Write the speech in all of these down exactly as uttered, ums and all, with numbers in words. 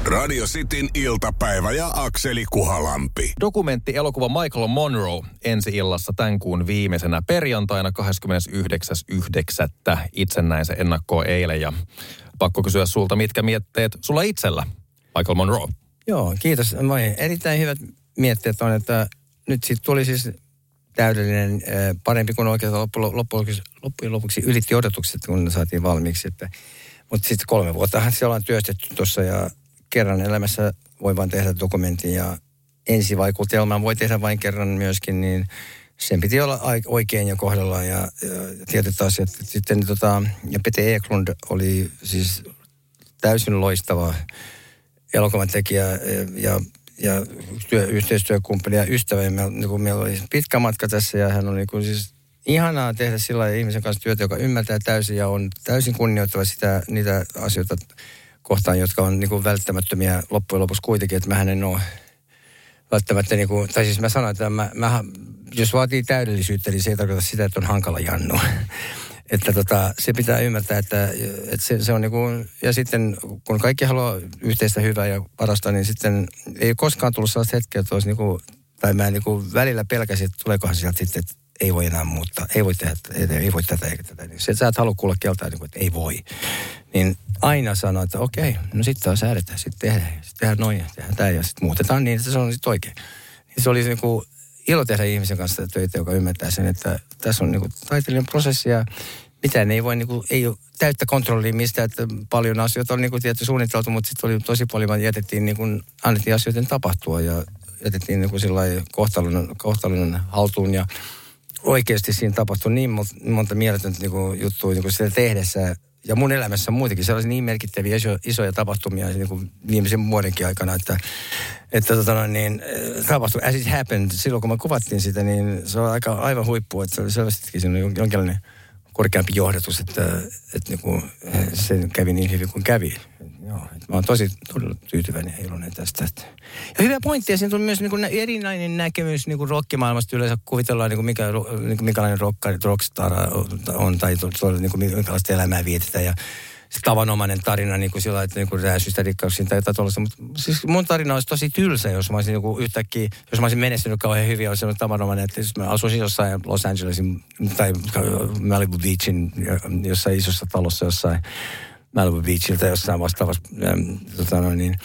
Radio Cityn iltapäivä ja Akseli Kuhalampi. Dokumentti elokuva Michael Monroe ensi-illassa tämän kuun viimeisenä perjantaina kahdeskymmenesyhdeksäs yhdeksättä Itse näin se ennakkoa eilen ja pakko kysyä sulta, mitkä mietteet sulla itsellä, Michael Monroe? Joo, kiitos. Moi. Erittäin hyvät mietteet on, että nyt sitten tuli siis täydellinen, parempi kuin oikein loppujen lopuksi, loppujen lopuksi ylitti odotukset, kun ne saatiin valmiiksi. Että, mutta sitten kolme vuottahan se ollaan työstetty tuossa ja kerran elämässä voi vain tehdä dokumentin ja ensivaikutelman voi tehdä vain kerran myöskin, niin sen piti olla oikein ja kohdallaan ja, ja tietyt asiat. Sitten tota, ja Pete Eklund oli siis täysin loistava elokuvan tekijä ja, ja työ, yhteistyökumppani ja ystävä. Ja meillä, niin meillä oli pitkä matka tässä ja hän oli niin siis ihanaa tehdä sillä ihmisen kanssa työtä, joka ymmärtää täysin ja on täysin kunnioittava sitä, niitä asioita kohtaan, jotka on niin kuin välttämättömiä loppujen lopuksi kuitenkin, että mähän en ole välttämättä, niin kuin, tai siis mä sanoin, että mä, mä, jos vaatii täydellisyyttä, niin se ei tarkoita sitä, että on hankala jannu. Että tota, se pitää ymmärtää, että, että se, se on niin kuin, ja sitten kun kaikki haluaa yhteistä hyvää ja parasta, niin sitten ei koskaan tullut sellaista hetkeä, että olisi niin kuin, tai mä niin kuin välillä pelkäsin, että tuleekohan sieltä sitten, että ei voi enää muuttaa, ei voi tehdä, ei voi tätä eikä tätä. Niin se, että sä et halua kuulla keltaa, niin kuin, että ei voi. Niin aina sanoo, että okei, no sitten on säädetään, sitten tehdään, sitten tehdään noin ja tehdään tämä ja sitten muutetaan niin, että se on sitten oikein. Niin se oli niin kuin ilo tehdä ihmisen kanssa töitä, joka ymmärtää sen, että tässä on niin kuin taiteellinen prosessi ja mitään ei voi, niin kuin, ei ole täyttä kontrollia mistä, että paljon asioita on niin kuin tietty suunniteltu, mutta sitten oli tosi paljon, vaan jätettiin niin kuin, annettiin asioiden tapahtua ja jätettiin niin kuin sellainen kohtalon, kohtalon haltuun ja oikeasti siinä tapahtui niin monta mieletöntä niin kuin juttua niin kuin sitä tehdessä. Ja mun elämässä muutenkin sellaisia niin merkittäviä iso, isoja tapahtumia niin kuin viimeisen vuodenkin aikana, että, että tota, niin, tapahtui as it happened. Silloin kun me kuvattiin sitä, niin se on aika aivan huippu, että se oli selvästikin siinä jonkinlainen korkeampi johdatus, että, että niin kuin, se kävi niin hyvin kuin kävi. Joo, mä oon tosi todella tyytyväinen ja iloinen tästä. Että. Ja hyvä pointti, ja siinä tuli myös niin kuin erinäinen näkemys niin kuin rockimaailmasta. Yleensä kuvitellaan, niin kuin mikä, niin kuin minkälainen rock, rockstar on, tai niin kuin minkälaista elämää vietetään. Ja se tavanomainen tarina niin kuin sillä, että niin kuin rääsyistä, rikkauksiin tai jotain tuollaista. Mutta siis mun tarina olisi tosi tylsä, jos mä olisin niin kuin yhtäkkiä, jos mä olisin menestynyt kauhean hyvin, olisi sellainen tavanomainen, että jos mä asuisin jossain Los Angelesin tai Malibu Beachin jossain isossa talossa jossain Malibu Beachiltä jossain vastaavassa ähm, tota no niin,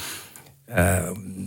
äh,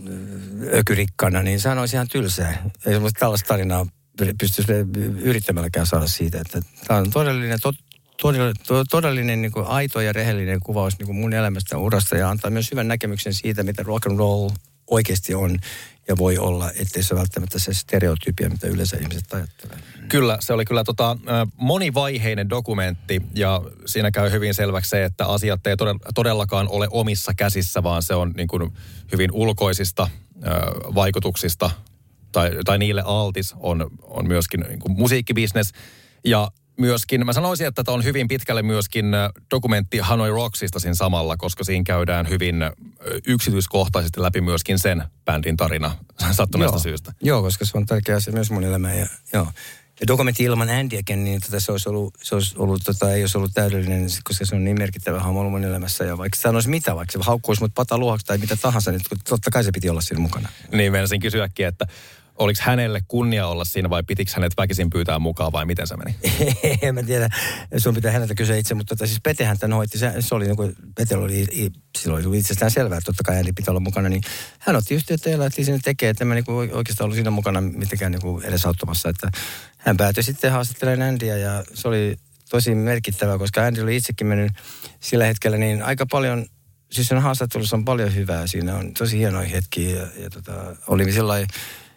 ökyrikkana, niin sehän olisi ihan tylsää. Ei semmoista tällaista tarinaa pystyisi yrittämälläkään saada siitä, että tämä on todellinen, to, todellinen, todellinen niin kuin aito ja rehellinen kuvaus niin kuin mun elämästä urasta ja antaa myös hyvän näkemyksen siitä, mitä rock and roll oikeasti on ja voi olla, ettei se välttämättä se stereotypia, mitä yleensä ihmiset ajattelee. Kyllä, se oli kyllä tota, monivaiheinen dokumentti ja siinä käy hyvin selväksi se, että asiat ei todellakaan ole omissa käsissä, vaan se on niin kuin hyvin ulkoisista äh, vaikutuksista tai, tai niille altis on, on myöskin niin kuin musiikkibisnes ja myöskin, mä sanoisin, että tämä on hyvin pitkälle myöskin dokumentti Hanoi Rocksista siinä samalla, koska siinä käydään hyvin yksityiskohtaisesti läpi myöskin sen bändin tarina sattuneesta joo, syystä. Joo, koska se on tärkeä asia myös mun elämään. Ja, joo. ja dokumentti ilman Andyäkin, niin tota, se olisi ollut, se olisi ollut tota, ei olisi ollut täydellinen, koska se on niin merkittävä hahmo ollut mun elämässä. Ja vaikka se olisi mitä, vaikka se haukkuisi mut pataluohaksi tai mitä tahansa, niin totta kai se piti olla siinä mukana. Niin, meinasin kysyäkin, että oliko hänelle kunnia olla siinä vai pitikö hänet väkisin pyytää mukaan vai miten se meni? En mä tiedä, sun pitää häneltä kysyä itse, mutta tota, siis Petehän tämän hoiti, se, se oli niin kuin, Pete oli, silloin oli itsestään selvää, että totta kai Andy pitää olla mukana, niin hän otti yhteyttä ja lähti sinne tekemään, että mä niin kuin oikeastaan ollut siinä mukana mitenkään niin kuin edesauttamassa, että hän päätyi sitten haastattelemaan Andyä ja se oli tosi merkittävää, koska Andy oli itsekin mennyt sillä hetkellä niin aika paljon, siis sen haastattelussa on paljon hyvää, siinä on tosi hienoja hetkiä ja, ja tota, oli sellainen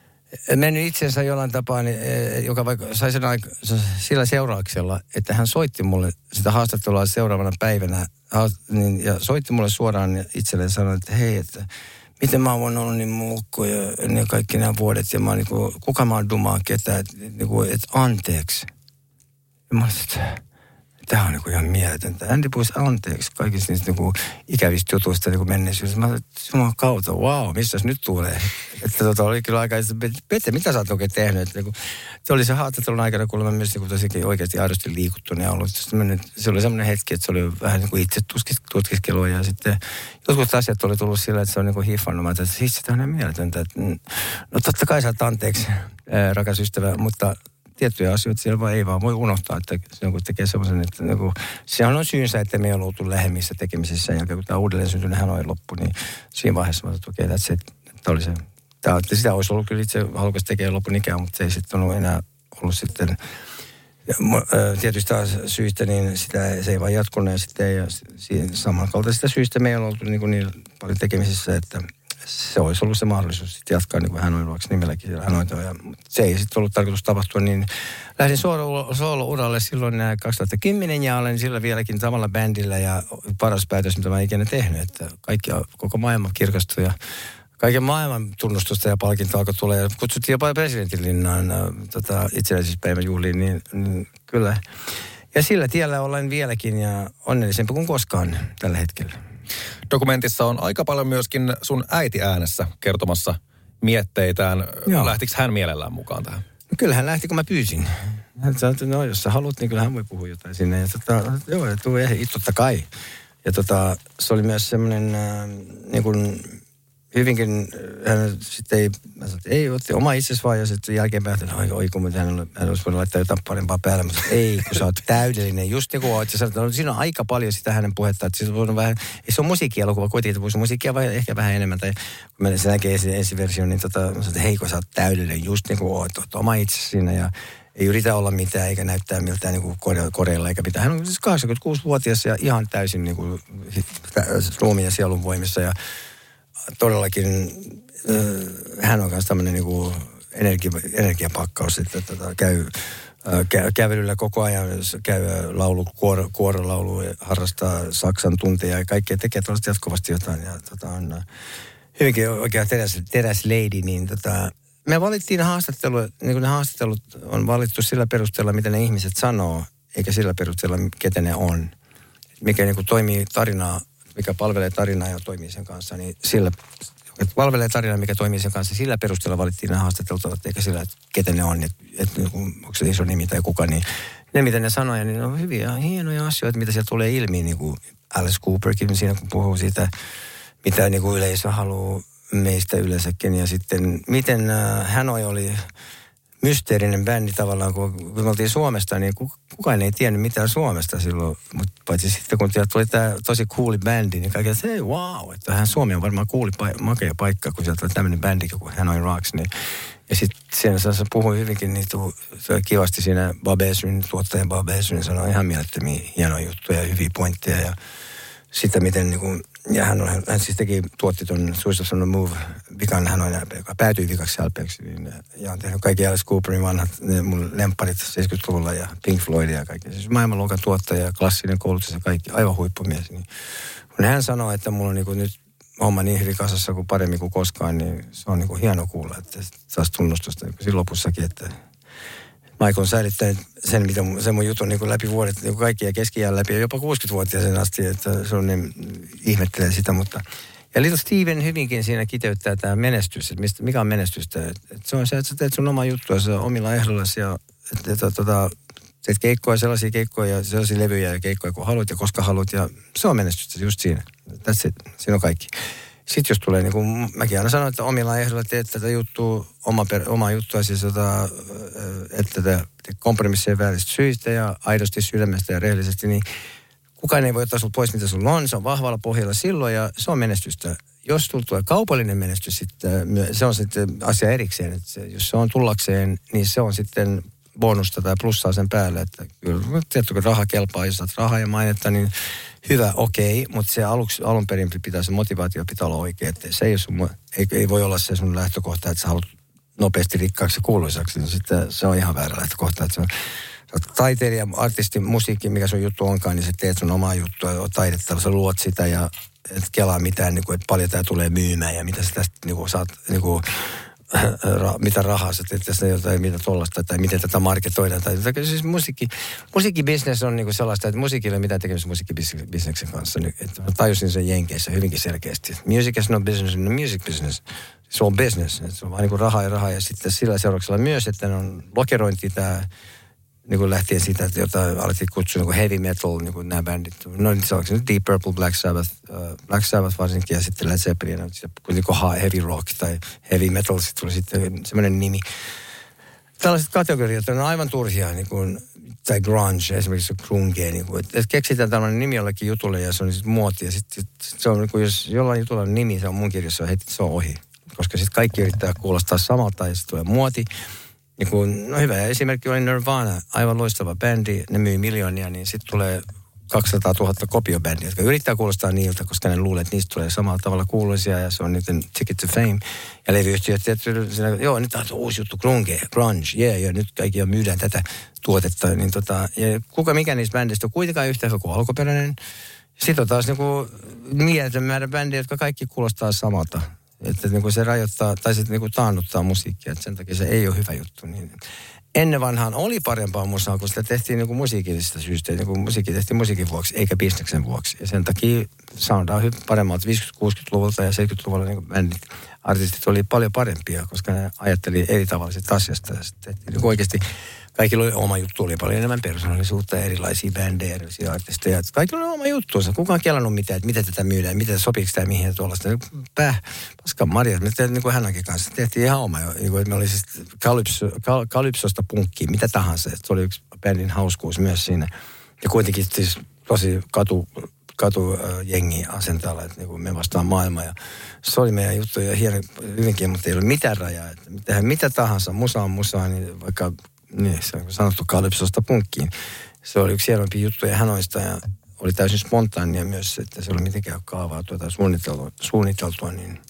mennyt itsensä jollain tapaa, niin, joka vaikka sai sen aika, sillä seurauksella, että hän soitti mulle sitä haastattelua seuraavana päivänä niin, ja soitti mulle suoraan itselleen sanoi, että hei, että miten mä oon ollut niin mulkku ja, ja kaikki nämä vuodet ja mä oon niin kuin, kuka mä oon dumaa ketään, että, niin kuin, että anteeksi. Ja mä olin, että tämä on niin ihan mieletöntä. Andy puhuisi anteeksi kaikista niistä niin ikävistä jutuista niin menneisyydessä. Mä sanoin, että Jumalan kautta, wow, missäs nyt tulee? Että tota, oli kyllä aika, että Pete, mitä sä oot oikein tehnyt? Että, niin se oli se haastattelun aikana, kun mä myös niin tosikin oikeasti aidosti liikuttunut ja ollut. Se oli semmoinen hetki, että se oli vähän niin kuin itse tutkiskelua ja sitten joskus asiat oli tullut sillä, että se on niin kuin hiffannut. Että siis tämä on mieletöntä. Että, no totta kai sä oot anteeksi, ää, rakas ystävä, mutta tiettyjä asioita siellä vaan ei vaan voi unohtaa, että se on kun tekee semmoisen, että niin kuin, sehän on syynsä, että me ei ole oltu lähemmissä tekemisissä ja kun tämä uudelleen syntynyt hän oli loppu, niin siinä vaiheessa mä sanoin, että okei, okay, että oli se. Tämä, sitä olisi ollut kyllä itse halukas tekee lopun ikään, mutta se ei sitten ollut enää ollut sitten tietyistä syistä, niin sitä, se ei vaan jatkunut ja sitten ei, samankaltaisista syistä me ei ole oltu niin, niin paljon tekemisissä, että se olisi ollut se mahdollisuus sitten jatkaa niin kuin hän oli luoksi nimelläkin siellä Hanoitoa. Ja se ei sitten ollut tarkoitus tapahtua, niin lähdin soolo-uralle silloin kaksituhattakymmenen ja olen sillä vieläkin samalla bändillä ja paras päätös, mitä mä en ikinä tehnyt, että kaikki, koko maailma kirkastui ja kaiken maailman tunnustusta ja palkintoa alkoi tulee. Ja kutsuttiin jopa presidentinlinnaan tota, itsenäisyyspäivän juhliin, niin, niin kyllä. Ja sillä tiellä olen vieläkin ja onnellisempi kuin koskaan tällä hetkellä. Dokumentissa on aika paljon myöskin sun äiti äänessä kertomassa mietteitään. Joo. Lähtikö hän mielellään mukaan tähän? No kyllä hän lähti, kun mä pyysin. Hän sanoi, että no jos sä haluat, niin kyllä hän voi puhua jotain sinne. Ja tota, joo, ja tuu ehdi, totta kai. Ja tota, se oli myös semmoinen äh, niin kuin hyvinkin, hän sitten ei, mä sanoin, että ei, otti oma itsesi vaan ja sitten jälkeenpäin, että oi, oi kun hän, hän olisi voinut laittaa jotain parempaa päälle. Mä sanoin, ei, kun sä oot täydellinen, just niin kuin oot. Ja sanoin, että no, siinä on aika paljon sitä hänen puhetta, että siis on vähän, ei se on musiikkielokuva kuitenkin, että voisi musiikkia vai ehkä vähän enemmän. Tai kun meillä se näkee ensi, ensi versio, niin tota, mä sanoin, että hei, kun sä oot täydellinen, just niin kuin oot, oot oma itsesi siinä ja ei yritä olla mitään eikä näyttää miltään niin kuin koreilla eikä mitään. Hän on siis kahdeksankymmentäkuusi-vuotias ja ihan täysin niin kuin ruumiin ja sielun voimissa ja todellakin äh, hän on myös tämmöinen niinku energia, energiapakkaus, että tota, käy äh, kä, kävelyllä koko ajan, käy laulu, kuoro, kuorolaulu, harrastaa saksan tunteja ja kaikkea, tekee tuollaista jatkuvasti jotain. Ja tota, on äh, hyvinkin oikein teräs, teräs lady, niin tota, me valittiin haastattelu, niin kuin ne haastattelut on valittu sillä perusteella, mitä ne ihmiset sanoo, eikä sillä perusteella, ketä ne on. Mikä niin kuin toimii tarinaa, mikä palvelee tarinaa ja toimii sen kanssa, niin sillä, että palvelee tarinaa, mikä toimii sen kanssa, sillä perusteella valittiin nämä haastattelut, eikä sillä, että ketä ne on, että, että onko se iso nimi tai kuka, niin ne, mitä ne sanoo, niin ne on hyviä, hienoja asioita, mitä sieltä tulee ilmi, niin kuin Alice Cooperkin siinä, kun puhuu siitä, mitä niin kuin yleisö haluaa meistä yleensäkin, ja sitten miten äh, Hanoi oli mysteerinen bändi tavallaan, kun, kun me oltiin Suomesta, niin kukaan ei tiennyt mitään Suomesta silloin, mutta paitsi sitten kun tuli tämä tosi cooli bändi, niin kaikki että hei, wow, että hän Suomi on varmaan cooli, makea paikka, kun sieltä oli tämmöinen bändi kuin Hanoi Rocks, niin ja sitten siinä se puhui hyvinkin niitä, se oli kivasti siinä Babesyn, tuottajan Babesyn, sanoi ihan mielettömiä hienoja juttuja ja hyviä pointteja ja sitä miten niin kuin, ja hän, on, hän siis teki, tuotti tuon Suicide on the Move vikan, hän on joka päätyi vikaksi L P:ksi. Niin, ja on tehnyt kaikki Alice Cooperin vanhat ne mun lempparit seitsemänkymmentäluvulla ja Pink Floyd ja kaikki. Siis maailmanluokan tuottaja, klassinen koulutus ja kaikki, aivan huippumies. Niin, kun hän sanoo, että mulla on niin kuin nyt homma niin hyvin kasassa kuin paremmin kuin koskaan, niin se on niin kuin hieno kuulla, että taas tunnustusta niin siinä lopussakin, että Michael on säilyttänyt sen, mitä mun, sen mun jutun niin kuin läpi vuodet, niin kuin kaikkia keski-iän läpi, ja jopa kuusikymmentävuotiaisen asti, että se on niin, ihmettelee sitä, mutta ja Little Steven hyvinkin siinä kiteyttää tämä menestys, että mistä, mikä on menestystä, että, että se on se, että sä teet sun oma juttua, se on omilla ehdollasi, ja että, että, että teet keikkoja, sellaisia keikkoja, ja sellaisia levyjä ja keikkoja, kun haluat ja koska haluat, ja se on menestystä just siinä, tässä siinä on kaikki. Sitten jos tulee, niin kuin mäkin aina sanon, että omilla ehdoilla teet tätä juttua, oma, per, oma juttua, siis tota, että tätä kompromissien vääristä syistä ja aidosti sydämestä ja rehellisesti, niin kukaan ei voi ottaa sulta pois, mitä sulla on. Se on vahvalla pohjalla silloin ja se on menestystä. Jos sulla tulee kaupallinen menestys, sitten, se on sitten asia erikseen. Että se, jos se on tullakseen, niin se on sitten bonusta tai plussaa sen päälle. Että kyllä, tiedätkö, kun raha kelpaa, jos saat rahaa ja mainetta, niin hyvä, okei, okay, mutta se aluksi, alun perin pitää, se motivaatio pitää olla oikein. Että se ei, ole sun, ei, ei voi olla se sun lähtökohta, että sä haluat nopeasti rikkaaksi ja kuuluisaksi. Niin sitten se on ihan väärä lähtökohta. Että se on, sä oot taiteilija, artisti, musiikki, mikä sun juttu onkaan, niin sä teet sun omaa juttua ja taidetta, sä luot sitä ja et kelaa mitään, niin kuin, että paljon tää tulee myymään ja mitä sä tästä niin kuin, saat niin kuin, ra, mitä rahaa sä teet tästä jotain, mitä tollasta, tai miten tätä marketoidaan. Tai, tai siis musiikki, musiikkibisnes on niinku sellaista, että musiikilla ei mitään tekemistä musiikkibisneksen kanssa. Että mä tajusin sen Jenkeissä hyvinkin selkeästi. Music is no business, no music business. Se on business. Se on vaan niinku rahaa ja rahaa. Ja sitten sillä seurauksella myös, että on lokerointi tämä, niin kuin lähtien siitä, että jotain alettiin kutsua niin heavy metal, niin kuin nämä bändit. No niin se on Deep Purple, Black Sabbath, uh, Black Sabbath varsinkin ja sitten Led Zeppelin, niin kuin heavy rock tai heavy metal, sitten tuli sitten semmoinen nimi. Tällaiset kategoriat on aivan turhia, niin kuin, tai grunge, esimerkiksi grunge, niin kuin, että keksitään tällainen nimi jollekin jutulle ja se on sitten muoti. Ja sitten sit se on, niin kuin, jos jollain jutulla on nimi, se on mun kirjassa, heti se on ohi. Koska sitten kaikki yrittää kuulostaa samalta ja sitten tulee muoti. Niin kun, no hyvä esimerkki oli Nirvana, aivan loistava bändi, ne myy miljoonia, niin sitten tulee kaksisataatuhatta kopiobändiä, jotka yrittää kuulostaa niiltä, koska ne luulee, että niistä tulee samalla tavalla kuuluisia ja se on niiden ticket to fame. Ja levyyhtiöt, että joo, nyt on uusi juttu, grunge, grunge, jee, yeah, ja nyt kaikki myydään tätä tuotetta. Niin tota, ja kuka mikä niistä bändistä on kuitenkaan yhtä hyvä kuin alkuperäinen. Sitten on taas niinku mieletön määrä bändiä, jotka kaikki kuulostaa samalta. Että niin kuin se rajoittaa, tai se niin kuin taannuttaa musiikkia, että sen takia se ei ole hyvä juttu. Niin ennen vanhaan oli parempaa musaa, kun sitä tehtiin niin kuin musiikillisista syistä. Niin kuin musiikki tehtiin musiikin vuoksi, eikä bisneksen vuoksi. Ja sen takia soundaa paremmalta viisikymmentä-kuusikymmentäluvulta ja seitsemänkymmentäluvulla niin kuin bändit, artistit oli paljon parempia, koska ne ajatteli eri tavallisesta asiasta. Ja sitten niin oikeasti kaikilla oli oma juttu, oli paljon enemmän persoonallisuutta ja erilaisia bändejä, erilaisia artisteja. Kaikilla oli oma juttuunsa. Kukaan on kelannut mitään, että miten tätä myydään, miten sopiiko tämä mihin ja tuollaista. Päh, paska Maria, me tehtiin niin kuin hänenkin kanssa, tehtiin ihan oma. Niin kuin, me oli siis kalypso, kal, kalypsosta punkkiin, mitä tahansa. Se oli yksi bändin hauskuus myös siinä. Ja kuitenkin siis tosi katu, katujengi asentalla, että niin kuin me vastaan maailmaa. Ja se oli meidän juttu ja hieno hyvinkin, mutta ei ole mitään rajaa. Että mitä, mitä tahansa, musa on musaa, niin vaikka niin, se on sanottu kalypsosta punkkiin. Se oli yksi hienompia juttuja hanoista ja oli täysin spontaania myös, että se oli mitenkään kaavautua tai suunniteltua, suunniteltua, niin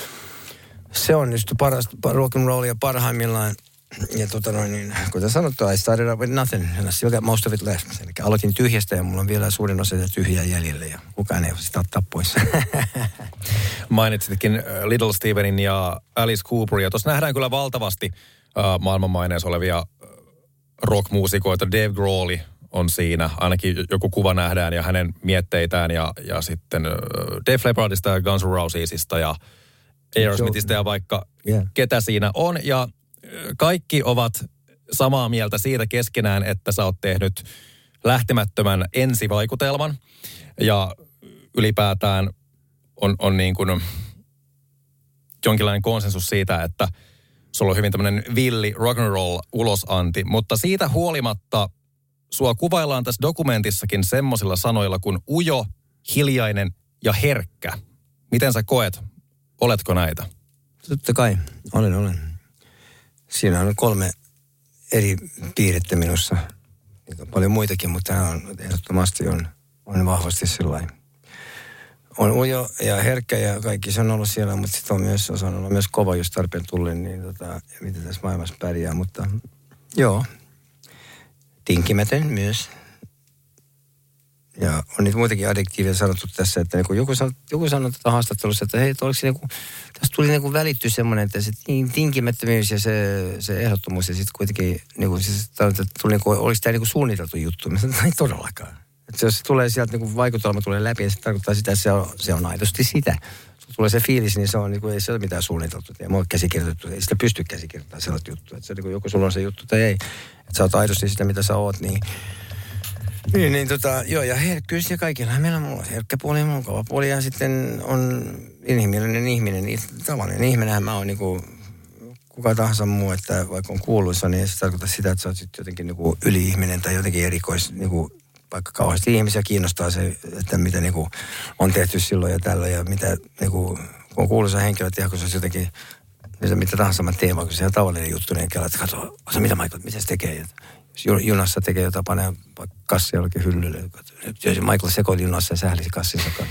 se on just parasta rock'n'rollia parhaimmillaan. Ja tota noin, niin kuten sanottu, I started out with nothing, and I still got most of it left. Eli aloitin tyhjästä ja mulla on vielä suurin osa tyhjää jäljellä ja kukaan ei ole sitä ottaa pois. Mainitsitkin Little Stevenin ja Alice Cooperia. Tuossa nähdään kyllä valtavasti uh, maailmanmaineessa olevia rockmuusikoita. Dave Grohl on siinä, ainakin joku kuva nähdään ja hänen mietteitään ja, ja sitten uh, Def Leppardista ja Guns N' Rosesista ja Aerosmithista ja vaikka yeah. ketä siinä on. Ja kaikki ovat samaa mieltä siitä keskenään, että sä oot tehnyt lähtemättömän ensivaikutelman ja ylipäätään on, on niin kuin jonkinlainen konsensus siitä, että sulla on hyvin tämmöinen villi rock'n'roll ulosanti, mutta siitä huolimatta sua kuvaillaan tässä dokumentissakin semmoisilla sanoilla kuin ujo, hiljainen ja herkkä. Miten sä koet? Oletko näitä? Totta kai, olen, olen. Siinä on kolme eri piirrettä minussa. Niitä on paljon muitakin, mutta tämä on ehdottomasti on, on vahvasti sellainen. On ujo ja herkkä ja kaikki se on ollut siellä, mutta sitten on myös osannut olla myös kova, jos tarpeen tulee, niin tota, miten tässä maailmassa pärjää. Mutta joo, tinkimätön myös. Ja on niitä muitakin adjektiiveja sanottu tässä, että niin joku sanoi, joku sanoi tätä haastattelussa, että hei, oliko se niin tässä tuli niin välitty semmoinen, että se tinkimättömyys ja se, se ehdottomuus ja sitten kuitenkin, niin kuin, siis, että tuli, niin kuin, oliko tämä niin suunniteltu juttu? Mä sanoin, että ei todellakaan. Että jos tulee sieltä, niin vaikutelma tulee läpi, ja se tarkoittaa sitä, että se on, se on aidosti sitä. Jos tulee se fiilis, niin se on, niin kuin, ei se ole mitään suunniteltu. Ei ole käsikirjoitettu, ei sitä pysty käsikirjoittamaan sellaista juttua. Että se, niin kuin, joku sulla on se juttu tai ei. Että sä oot aidosti sitä, mitä sä oot, niin Niin, niin tota, joo, ja herkkyys ja kaikilla meillä on mulla herkkä puoli ja mukava puoli, ja sitten on inhimillinen ihminen, niin tavallinen ihminenhän mä oon niinku kuka tahansa muu, että vaikka on kuuluisa, niin se tarkoittaa sitä, että sä oot sitten jotenkin niinku yli-ihminen tai jotenkin erikois, niinku vaikka kauheasti ihmisiä kiinnostaa se, että mitä niinku on tehty silloin ja tällä, ja mitä niinku, kun on kuuluisa henkilö, että kun se olisi jotenkin, mitä tahansa mä teen, vaikka se on tavallinen juttu, niin kelaa, että katso, mitä Michael, mitä se tekee, jos junassa tekee jotain, panee kassia jollekin hyllylle. Jos Michael sekoili junassa ja sählisi kassinsa kanssa.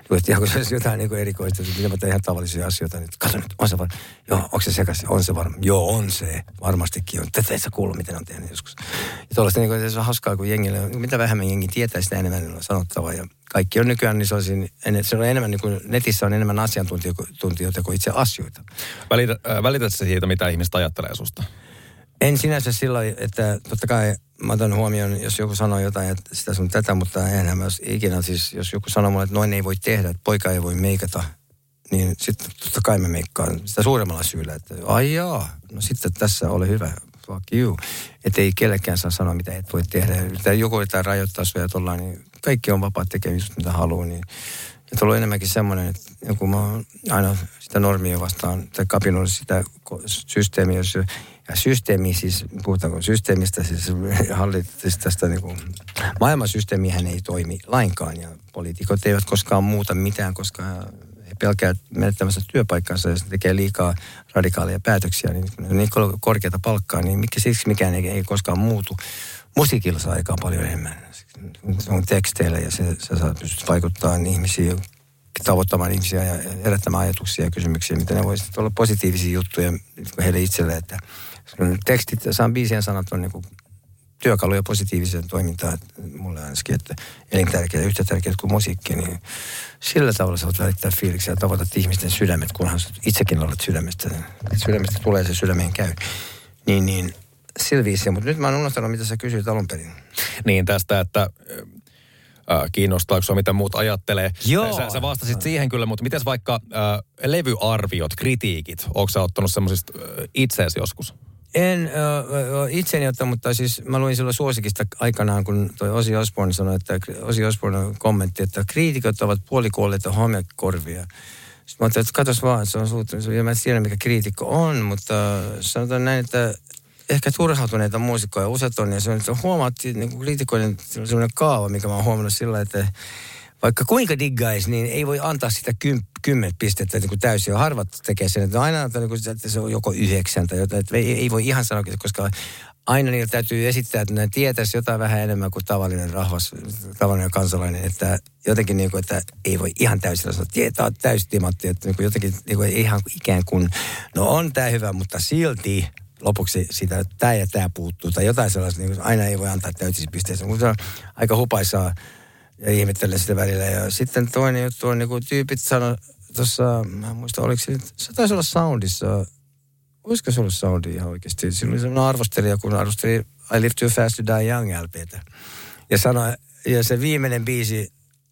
Ihan kun se olisi jotain niin erikoista, että mitä ihan tavallisia asioita. Niin, katso nyt, on se varma. Joo, onko se sekaisin? On se varma. Joo, on se. Varmastikin on. Tätä ei saa kuullut, miten on tehnyt joskus. Ja tuollaista niin se on hauskaa, kun jengille, mitä vähemmän jengi tietää, sitä enemmän on sanottavaa. Ja kaikki on nykyään, niin se on, siinä, se on enemmän, niin kuin netissä on enemmän asiantuntijoita kuin itse asioita. Välitä, äh, välitätkö siitä, mitä ihmiset ajattelee susta? En sinänsä silloin, että totta kai mä otan huomioon, jos joku sanoo jotain, että sitä sun tätä, mutta enhän mä ikinä, siis jos joku sanoo mulle, että noin ei voi tehdä, että poika ei voi meikata, niin sitten totta kai mä meikkaan sitä suuremmalla syyllä, että ai jaa, no sitten tässä ole hyvä, fuck you. Että ei kellekään saa sanoa, mitä et voi tehdä. Tai joku yrittää rajoittaa sua ja tollaan, niin kaikki on vapaat tekemään just mitä haluaa, niin ja tullut enemmänkin semmoinen, että joku mä oon aina sitä normia vastaan, tai kapinoinut sitä systeemiä, jos ja systeemi siis, puhutaanko systeemistä, siis hallitus tästä niin kuin, maailmansysteemihän ei toimi lainkaan ja poliitikot eivät koskaan muuta mitään, koska he pelkäävät menettämässä työpaikkansa ja se tekee liikaa radikaaleja päätöksiä, niin, niin korkeata palkkaa, niin mikä siksi mikään ei, ei koskaan muutu. Musiikilla saa aikaan paljon enemmän. Se on teksteillä ja se, se saa pystyä vaikuttamaan ihmisiin, tavoittamaan ihmisiä ja herättämään ajatuksia ja kysymyksiä, mitä ne voisivat olla positiivisia juttuja heille itselleen, että tekstit, saan biisien sanat on niin kuin työkaluja positiiviseen toimintaan, että mulle ainakin, että elintärkeää, yhtä tärkeää kuin musiikki, niin sillä tavalla sä voit välittää fiiliksiä ja tavoitat ihmisten sydämet, kunhan itsekin olet sydämestä. Sydämestä tulee se sydämeen käy. Niin, niin sillä viisiä, mutta nyt mä oon unohtanut, mitä sä kysyit alun perin. Niin tästä, että Äh, kiinnostaako sinua, mitä muut ajattelee. Joo. Sä, sä vastasit siihen kyllä, mutta miten vaikka äh, levyarviot, kritiikit, ootko sä ottanut semmoisista äh, itseesi joskus? En äh, itseni ottanut, mutta siis mä luin silloin Suosikista aikanaan, kun toi Ozzy Osbourne sanoi, että Ozzy Osbourne kommentti, että kriitikot ovat puolikuolleita homekorvia. Sitten mä ajattelin, että katos vaan, se on suuttunut. Ja mä en tiedä, mikä kriitikko on, mutta sanotaan näin, että ehkä turhautuneita muusikkoja useat on, ja se on, että huomaatti niin kriitikoiden sellainen kaava, mikä mä oon huomannut sillä, että vaikka kuinka diggaisi, niin ei voi antaa sitä kym, kymmentä pistettä niin kuin täysin. Harvat tekee sen, että aina antaa, niin kuin, että se on joko yhdeksän tai jotain, että ei, ei voi ihan sanoa, koska aina niillä täytyy esittää, että ne tietäisi jotain vähän enemmän kuin tavallinen rahvas, tavallinen kansalainen, että jotenkin niin kuin, että ei voi ihan täysillä sanoa, että tämä on täystimatti, että niin kuin jotenkin niin kuin ihan ikään kuin, no on tämä hyvä, mutta silti lopuksi sitä, että tämä ja tämä puuttuu, tai jotain sellaista, niin aina ei voi antaa täytisiä pisteitä, mutta se on aika hupaisaa ja ihmettelen sitä välillä. Ja sitten toinen juttu on, niin kuin tyypit sanoi tuossa, mä en muista, oliko se, se taisi olla Soundissa, olisiko se ollut Soundi ihan oikeasti? Siinä oli sellainen arvostelija, kun arvosteli I Live Too Fast to Die Young L P:tä. Ja sanoi, ja se viimeinen biisi,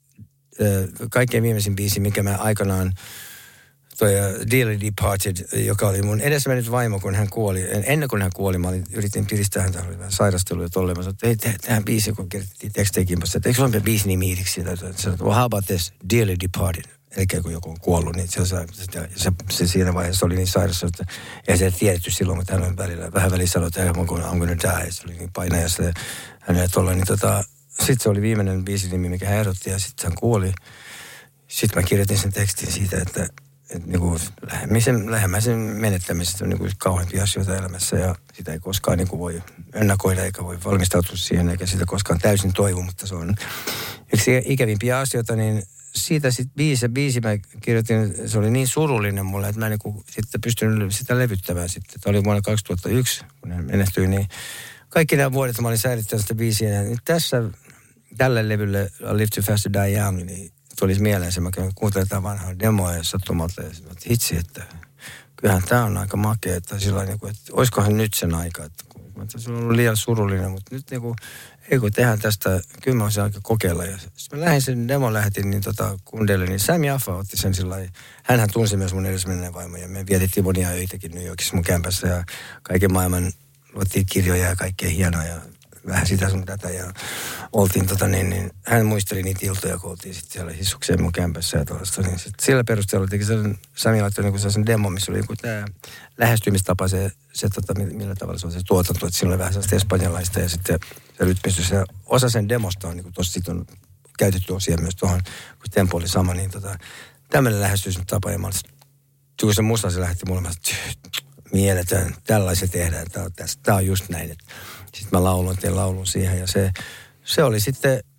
kaikkein viimeisin biisi, mikä mä aikanaan, toi Dearly Departed, joka oli mun edesmennyt vaimo, kun hän kuoli. Ennen kuin hän kuoli, mä olin, yritin piristää häntä, oli vähän sairastelua ja tolleen. Mä sanoin, että ei, tähän biisi, kun kirjoitettiin tekstejä kimpassa, että eikö se ole biisi nimi iriksi? Sanoin, että well, how about this, Dearly Departed? Eli kun joku on kuollut, niin se, se, se, se siinä vaiheessa oli niin sairas, että ei se tiedetty silloin, mutta hän on välillä, vähän väliin sanoi, että I'm gonna die. Se oli niin painajassa ja hänelle tuolla, niin tota, sitten se oli viimeinen biisin nimi, mikä hän ehdotti, ja sitten hän kuoli. Sitten mä kirjoitin sen tekstin siitä, että että niinku lähemmäisen menettämisestä on niinku kauheimpia asioita elämässä ja sitä ei koskaan niinku voi ennakoida eikä voi valmistautua siihen eikä sitä koskaan täysin toivo, mutta se on yksi ikävimpiä asioita, niin siitä sitten biisi, biisi mä kirjoitin, se oli niin surullinen mulle, että mä en niinku sitten pystynyt sitä levyttämään sitten. Tämä oli vuonna kaksituhattayksi, kun hän menehtyi, niin kaikki nämä vuodet mä olin säilyttänyt sitä biisiä. Niin tässä, tällä levyllä I Live Too Fast to Die Young, niin tulisi mieleen se, mä kuuntelin tämän vanhaa demoa ja sattumalta, ja sitten hitsi, että kyllähän tämä on aika makea, että sillä niin kuin, että olisikohan nyt sen aika, että, että se on ollut liian surullinen, mutta nyt niin kuin, ei kun tehdään tästä, kyllä mä olisin aika kokeilla. Ja sitten mä lähdin sen demon lähetin niin tota kundeille, niin Sam Jaffa otti sen sillä lailla, hänhän tunsi myös mun edesmenneen vaimo, ja me vietettiin monia öitäkin New Yorkissa mun kämpässä, ja kaiken maailman luettiin kirjoja ja kaikkea hienoa, ja vähän sitä sun tätä ja oltiin tota niin, niin hän muisteli niitä iltoja, kun oltiin sitten siellä hissukseen mun kämpässä ja tuollaista. Niin sit sillä perusteella teki sellainen, Sami laittoi niin sellaisen demo, missä oli joku tämä lähestymistapa, se, se tota, millä tavalla se on se tuotanto, että siinä oli vähän sellaista espanjalaista ja sitten se rytmistys. Ja osa sen demosta on, niin kuin tossa sitten on käytetty osia myös tuohon, kun tempo oli sama, niin tota, tämmöinen lähestymistapa ja mä olin, kun se musta se lähetti mulle, mä mieletön, tällaisia tehdään, tämä on, tämä on just näin, että sitten mä laulun, tein laulun siihen ja se, se oli sitten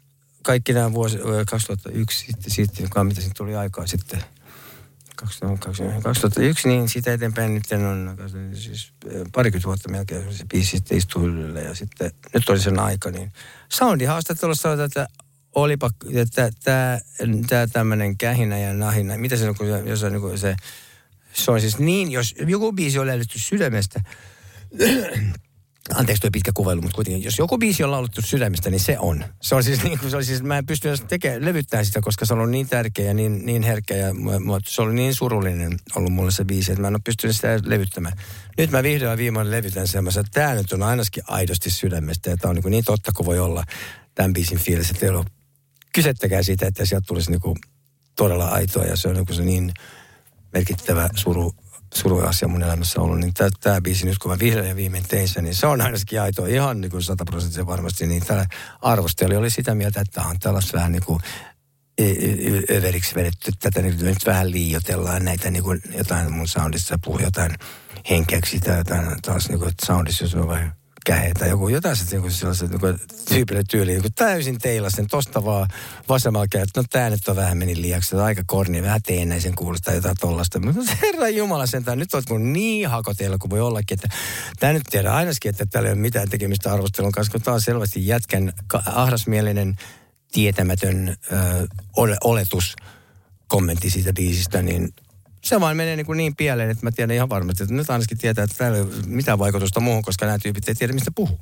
kaikki nämä vuosi, kaksituhattayksi sitten, sitten joka mitä siitä tuli aikaa sitten, kaksituhattayksi, niin siitä eteenpäin nyt on siis parikymmentä vuotta melkein se biisi sitten istuu hyllyllä ja sitten nyt oli sen aika, niin soundihaastattelussa sanotaan, että olipa, että tämä tämmöinen kähinä ja nahina, mitä se on, kun jos on niin se, se on siis niin, jos joku biisi on lähdetty sydämestä, anteeksi tuo pitkä kuvailu, mutta kuitenkin, jos joku biisi on laulettu sydämestä, niin se on. Se on siis niin kuin, se oli siis, mä en pysty tekemään, levyttämään sitä, koska se on ollut niin tärkeä ja niin, niin herkkä ja se oli niin surullinen ollut mulle se biisi, että mä en ole pystynyt sitä levyttämään. Nyt mä vihdoin viimein levytän semmoisen, että tämä nyt on ainakin aidosti sydämestä ja tämä on niin, niin totta kuin voi olla tämän biisin fiilis, että ei ole kysettäkään siitä, että sieltä tulisi niin kuin todella aitoa ja se on niin kuin se niin merkittävä suru, suruasia mun elämässä ollut, niin tämä biisi nyt kun mä vihdoin ja viimein tein sen, niin se on ainakin aitoa ihan niin kuin sataprosenttisen varmasti, niin täällä arvosteli oli sitä mieltä, että tämä on tällaista vähän niin kuin överiksi vedetty, tätä nyt vähän liioitellaan näitä niin kuin jotain mun soundissa, puhuu jotain henkeäksi tai jotain taas niin kuin soundissa, jos on vähän kähe tai joku, jotain se niin sellaiset niin tyypillinen tyyli, niin täysin teilasten, tosta vaan vasemmalla käy, että no tää nyt on vähän meni liiaksi, aika korni, vähän teennäisen kuulostaa jotain tollasta. Mutta herran jumala sentään, nyt olet kun niin hakoteilla kuin voi ollakin, että tää nyt tiedä ainakin, että täällä ei ole mitään tekemistä arvostelun kanssa, kun tää on selvästi jätkän ahdasmielinen, tietämätön ö, ole, oletus kommentti siitä biisistä, niin se vaan menee niin, kuin niin pieleen, että mä tiedän ihan varmasti, että nyt ainakin tietää, että täällä ei ole mitään vaikutusta muuhun, koska nämä tyypit ei tiedä, mistä puhuu.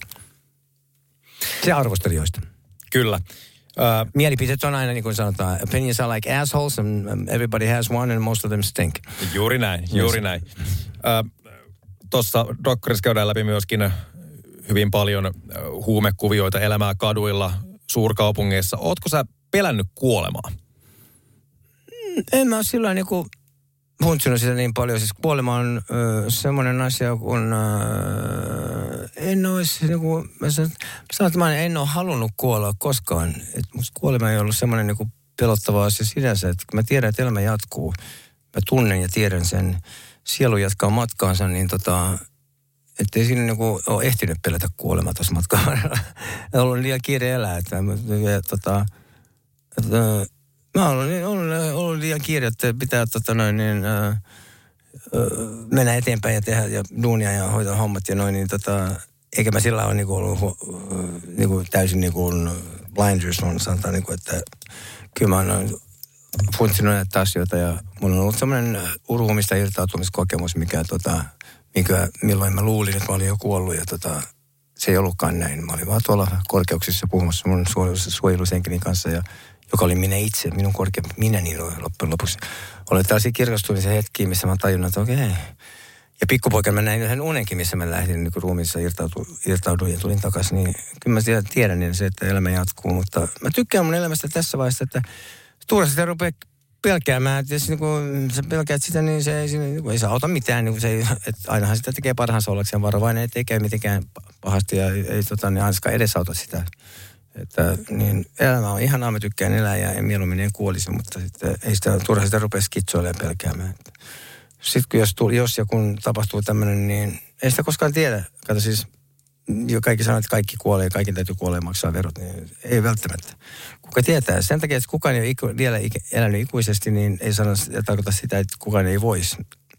Se arvostelijoista. Kyllä. Uh, Mielipiteet on aina, niin kuin sanotaan, opinions are like assholes and everybody has one and most of them stink. Juuri näin, juuri yes. näin. Uh, Tuossa dokkarissa käydään läpi myöskin hyvin paljon huumekuvioita, elämää kaduilla, suurkaupungeissa. Ootko sä pelännyt kuolemaa? En mä ole silloin niin kuin funtsinut sitä niin paljon. Siis kuolema on ö, semmoinen asia, kun ö, en olisi, niin kuin, mä sanon, että mä en ole halunnut kuolla koskaan. Et musta kuolema ei ollut semmoinen niin kuin pelottava asia sinänsä, että kun mä tiedän, että elämä jatkuu, mä tunnen ja tiedän sen, sielu jatkaa matkaansa, niin tota, ettei siinä niin kuin ole ehtinyt pelätä kuolema tuossa matkan varrella. On ollut liian kiire elää, että ja, tota, että, mä olen ollut, ollut liian kiire, että pitää tota noin niin, ö, ö, mennä eteenpäin ja tehdä ja duunia ja hoitaa hommat ja noin, niin tota, eikä mä sillä ole niinku ollut hu, niinku täysin niinku blinders on sanotaan niinku, että kyllä mä oon funtsinut näitä asioita ja mulla on ollut semmoinen uruumista irtautumiskokemus, mikä tota, mikä, milloin mä luulin, että mä olin jo kuollut ja tota, se ei ollutkaan näin. Mä olin vaan tuolla korkeuksissa puhumassa mun suojelusenkelin kanssa ja joka oli minä itse, minun korkea, minä niin loppujen lopuksi. Oli tällaisia kirkastumisen hetkiä, missä mä tajunnut, että okei. Okay. Ja pikkupoikana mä näin yhden unenkin, missä mä lähdin niin ruumiissa irtaudu, irtauduin ja tulin takaisin. Niin kyllä mä tiedän, tiedän niin se, että elämä jatkuu. Mutta mä tykkään mun elämästä tässä vaiheessa, että turhasti sitä rupeaa pelkäämään. Jos niin kun sä pelkäät sitä, niin se ei, niin ei saa auta mitään. Niin se ei, että ainahan sitä tekee parhaansa ollakseen varovainen, ettei käy mitenkään pahasti ja ei, ei tota, niin ainakaan edesauta sitä. Että niin elämä on ihanaa, mä tykkään elää ja mieluummin en kuolisi, mutta sitten ei sitä turha sitä rupea skitsoilemaan pelkäämään. Sitten jos, jos ja kun tapahtuu tämmöinen, niin ei sitä koskaan tiedä. Kato siis, jo kaikki sanoo, että kaikki kuolee ja kaikki täytyy kuolee maksaa verot, niin ei välttämättä. Kuka tietää? Sen takia, että kukaan ei ole iku, vielä elänyt ikuisesti, niin ei sano, tarkoita sitä, että kukaan ei voisi.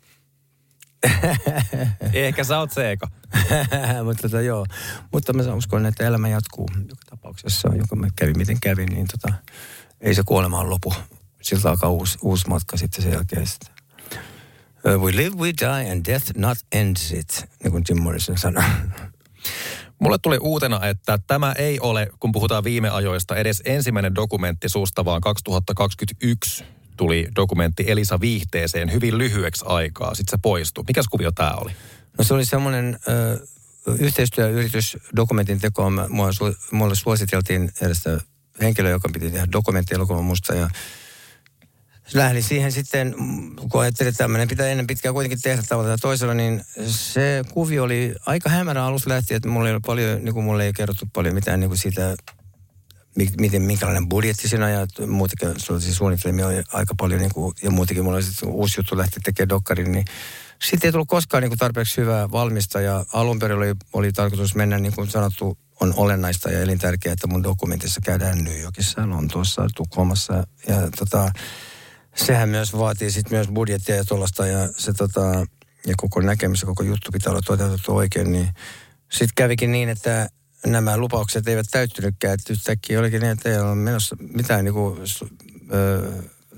Ehkä sä oot se eka. mutta tota, joo. Mutta mä uskon, että elämä jatkuu joka tapauksessa. Joka mä kävin, miten kävin, niin tota, ei se kuolema ole lopu. Siltä alkaa uusi, uusi matka sitten sen jälkeen. Uh, we live, we die and death not ends it, niin kuin Jim Morrison sanoi. Mulle tuli uutena, että tämä ei ole, kun puhutaan viime ajoista, edes ensimmäinen dokumentti susta, vaan kaksituhattakaksikymmentäyksi tuli dokumentti Elisa Viihteeseen hyvin lyhyeksi aikaa. Sitten se poistui. Mikäs kuvio tämä oli? No se oli semmoinen ö, yhteistyöyritys dokumentin tekoon. Mulle suositeltiin edestä henkilöä, joka piti tehdä dokumenttielokuvan musta. Ja lähdin siihen sitten, kun ajattelin, että tämmöinen pitää ennen pitkään kuitenkin tehdä tavalla tai toisella, niin se kuvio oli aika hämärä alusta lähtien, että mulla ei ole paljon, niin kuin mulle ei kerrottu paljon mitään niin kuin siitä, miten, minkälainen budjetti siinä ja muutenkin siis suunnitelmia oli aika paljon niin kuin, ja muutenkin mulla oli sitten uusi juttu lähteä tekemään dokkarin, niin sitten ei tullut koskaan niin kuin tarpeeksi hyvää valmista ja alun perin oli, oli tarkoitus mennä niin kuin sanottu on olennaista ja elintärkeää, että mun dokumentissa käydään New Yorkissa, Lontoossa, Tukholmassa. Ja tota, sehän myös vaatii sitten myös budjettia ja tuollaista ja se tota, ja koko näkemys ja koko juttu pitää olla toteutettu oikein, niin sitten kävikin niin, että nämä lupaukset eivät täyttynytkään, että yhtäkkiä olikin niin, että ei ole menossa mitään niinku, ö,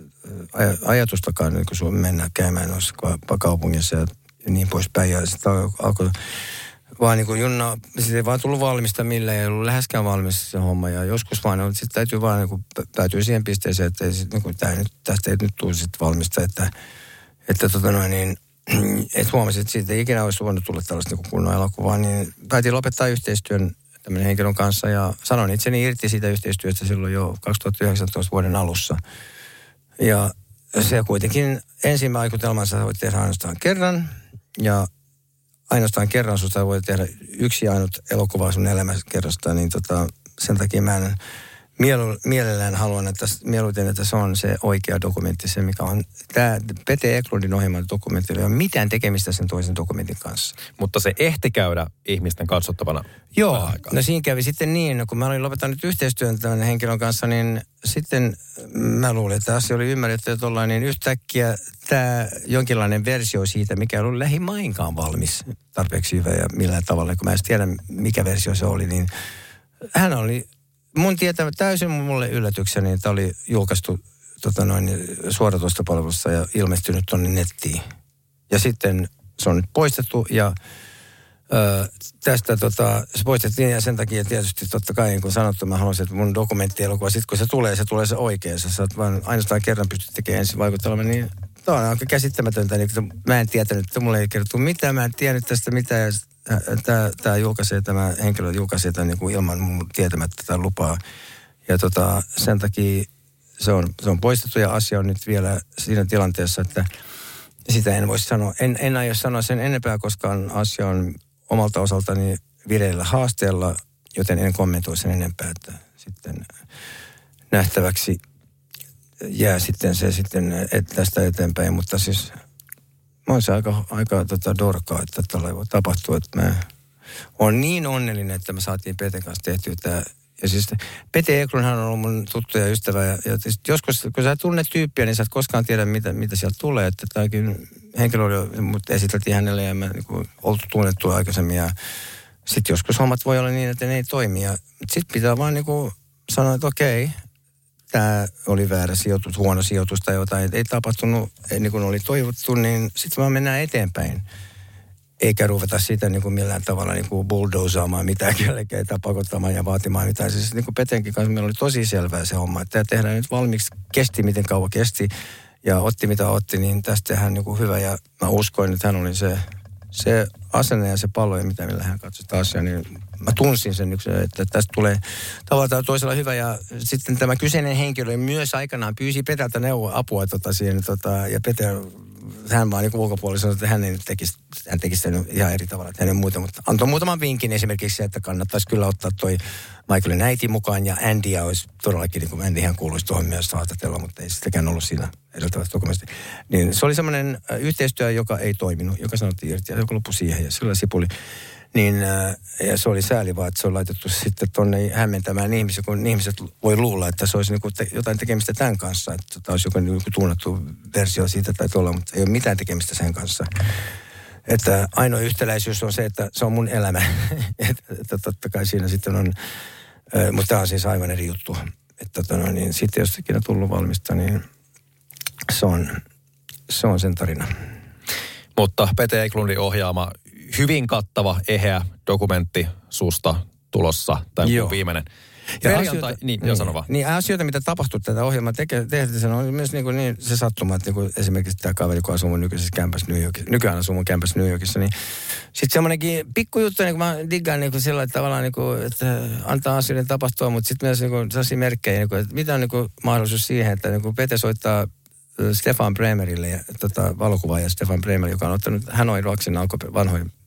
ajatustakaan niin kun mennä käymään noissa kaupungissa ja niin poispäin. Ja sitten alkoi vaan niin kuin junna, sitten ei vaan tullut valmista millään, ei ollut läheskään valmis se homma. Ja joskus vaan, sitten täytyy vaan niin kuin, täytyy siihen pisteeseen, että ei sit, niin kuin, tää nyt, tästä ei nyt tule sitten valmista, että, että tota noin niin, et huomasin, että siitä ei ikinä olisi voinut tulla tällaista niin kunnon elokuvaa, niin päätin lopettaa yhteistyön tämmöinen henkilön kanssa ja sanoin itseni irti siitä yhteistyöstä silloin jo kaksituhattayhdeksäntoista vuoden alussa. Ja se kuitenkin ensin vaikutelmansa voit tehdä ainoastaan kerran ja ainoastaan kerran susta voi tehdä yksi ainut elokuva sun elämässä kerrasta, niin tota, sen takia mä en mielu, mielellään haluan, että mieluiten, että se on se oikea dokumentti, se mikä on. Tämä Pete Eklundin ohjelman dokumentti ei ole mitään tekemistä sen toisen dokumentin kanssa. Mutta se ehti käydä ihmisten katsottavana. Joo, no siinä kävi sitten niin, kun mä olin lopettanut yhteistyön tämän henkilön kanssa, niin sitten mä luulin, että asia oli ymmärretty, että ollaan niin yhtäkkiä tämä jonkinlainen versio siitä, mikä ei ollut lähimainkaan valmis tarpeeksi hyvä ja millään tavalla, kun mä en tiedä, mikä versio se oli, niin hän oli mun tietämä täysin mulle yllätykseni, niin tämä oli julkaistu tota noin, suoratoistopalvelussa ja ilmestynyt tuonne nettiin. Ja sitten se on nyt poistettu ja ö, tästä tota, se poistettiin ja sen takia tietysti totta kai, niin kuin sanottu, mä haluaisin, että mun dokumenttielokuva, sitten kun se tulee, se tulee se oikein. Sä saat vaan ainoastaan kerran pystyt tekemään ensin vaikutelman, niin tämä on aika käsittämätöntä. Niin, mä en tietänyt, että mulle ei kerrottu mitään, mä en tiennyt tästä mitään. Tämä, tämä julkaisee, tämä henkilö julkaisee tämän niin kuin ilman mun tietämättä tätä lupaa. Ja tota, sen takia se on, se on poistettu ja asia on nyt vielä siinä tilanteessa, että sitä en voi sanoa. En, en aio sanoa sen enempää, koska asia on omalta osaltani vireillä haasteella, joten en kommentoi sen enempää, että sitten nähtäväksi jää sitten se sitten et tästä eteenpäin, mutta siis on se aika, aika tota dorkaa, että tällä voi tapahtua, että mä oon niin onnellinen, että me saatiin Peten kanssa tehtyä tämä. Ja siis Pete Eklundhan on ollut mun tuttu ja ystävä. Ja, ja joskus, kun sä tunnet tyyppiä, niin sä et koskaan tiedä, mitä, mitä sieltä tulee. Että tämäkin henkilö oli, mut esiteltiin hänelle ja me niin kuin, oltu tunnettu aikaisemmin. Ja sitten joskus hommat voi olla niin, että ne ei toimi. Ja sitten pitää vaan niin kuin sanoa, että okei, tämä oli väärä sijoitus, huono sijoitus tai jotain. Ei tapahtunut niin kuin oli toivottu, niin sitten vaan mennään eteenpäin. Eikä ruveta sitä niin kuin millään tavalla niin kuin bulldozaamaan mitään kellekään tai pakottamaan ja vaatimaan mitään. Siis niin kuin Petenkin kanssa meillä oli tosi selvää se homma, että tämä tehdään nyt valmiiksi, kesti miten kauan kesti ja otti mitä otti, niin tästä tehdään niin kuin hyvä. Ja mä uskoin, että hän oli se, se asenne ja se pallo ja mitä millä hän katsoi taas. Ja niin mä tunsin sen, että tästä tulee tavallaan toisella hyvä. Ja sitten tämä kyseinen henkilö myös aikanaan pyysi Peteltä neuvoa apua tota siihen. Tota, ja Peter, hän vaan niin ulkopuolisena, että hän ei tekisi, hän tekisi sen ihan eri tavalla, että hän ei muuta, mutta antoi muutaman vinkin esimerkiksi se, että kannattaisi kyllä ottaa toi Michaelin äiti mukaan ja Andyä olisi todellakin, niin kuin Andyhän kuuluisi tuohon myös haastatella, mutta ei sitäkään ollut siinä edeltävässä dokumentissa. Niin se oli semmoinen yhteistyö, joka ei toiminut, joka sanottiin irti ja joka loppui siihen ja sillä sipuli. Niin, ja se oli sääli vaan, että se on laitettu sitten tuonne hämmentämään ihmisiä, kun ihmiset voi luulla, että se olisi niinku te, jotain tekemistä tämän kanssa. Että tämä olisi joku niinku tunnettu versio siitä tai tuolla, mutta ei ole mitään tekemistä sen kanssa. Että ainoa yhtäläisyys on se, että se on mun elämä. Että totta kai siinä sitten on, mutta tämä on siis aivan eri juttu. Että tota, niin sitten jos ikinä tullut valmista, niin se on, se on sen tarina. Mutta Pete Eklundin ohjaama hyvin kattava, eheä dokumentti susta tulossa, tai viimeinen. Ja perjantai, asioita, niin, niin, sano vaan. Niin, asioita, mitä tapahtuu tätä ohjelmaa tehdessä, on myös niin, kuin, niin se sattuma, että niin kuin esimerkiksi tämä kaveri, kun asuu mun nykyisessä kämpässä New Yorkissa, nykyään asuu mun kämpässä New Yorkissa, niin sitten semmoinenkin pikkujuttu, niin kuin mä diggaan niin kuin sillä tavalla, niin kuin, että antaa asioiden tapahtua, mutta sitten myös niin kuin, sellaisia merkkejä, niin kuin, että mitä on niin kuin, mahdollisuus siihen, että niin kuin Pete soittaa Stefan Bremerille, ja, tota, valokuvaaja Stefan Bremer, joka on ottanut Hanoi Rocksin alkuper- vanhoja